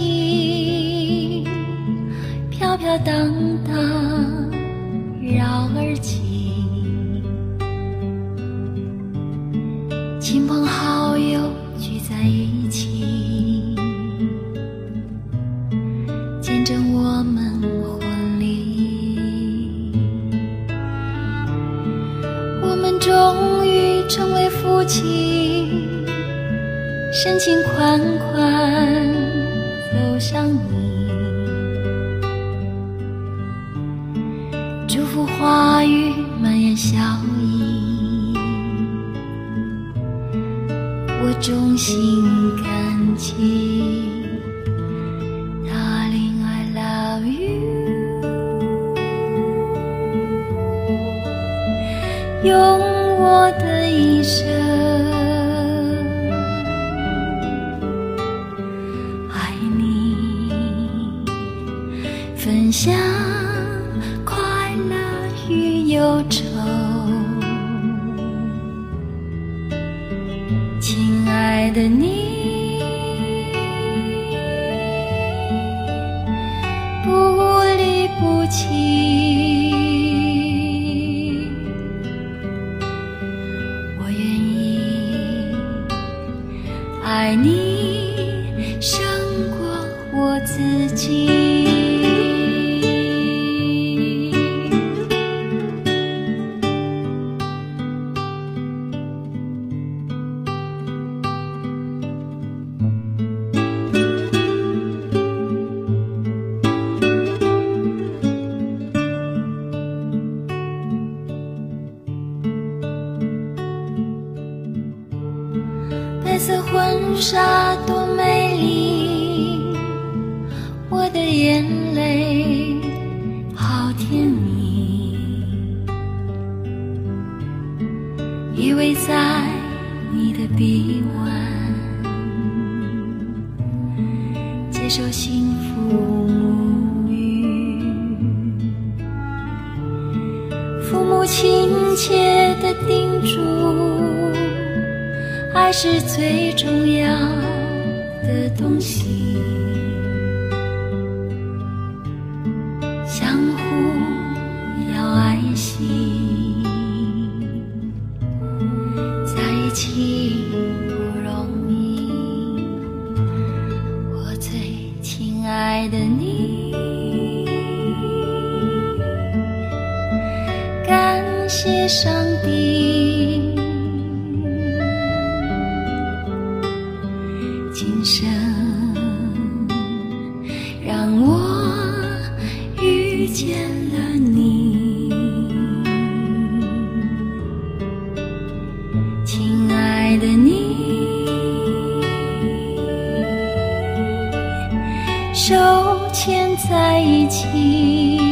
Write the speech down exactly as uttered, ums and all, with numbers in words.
情，飘飘荡荡绕而起，亲朋好友聚在一起，见证我们婚礼。我们终于成为夫妻，深情款款走向你，祝福话语蔓延笑意，我衷心感激。 Darling, I love you， 用我的一生爱你，分享快乐与忧愁。亲爱的你，不离不弃，我愿意爱你胜过我自己。 白色婚纱多美丽，我的眼泪好甜蜜，依偎在你的臂弯，接受幸福沐浴，父母亲切的叮嘱。 爱是最重要的东西，相互要爱惜，在一起不容易。我最亲爱的你，感谢上帝。 今生让我遇见了你，亲爱的你，手牵在一起。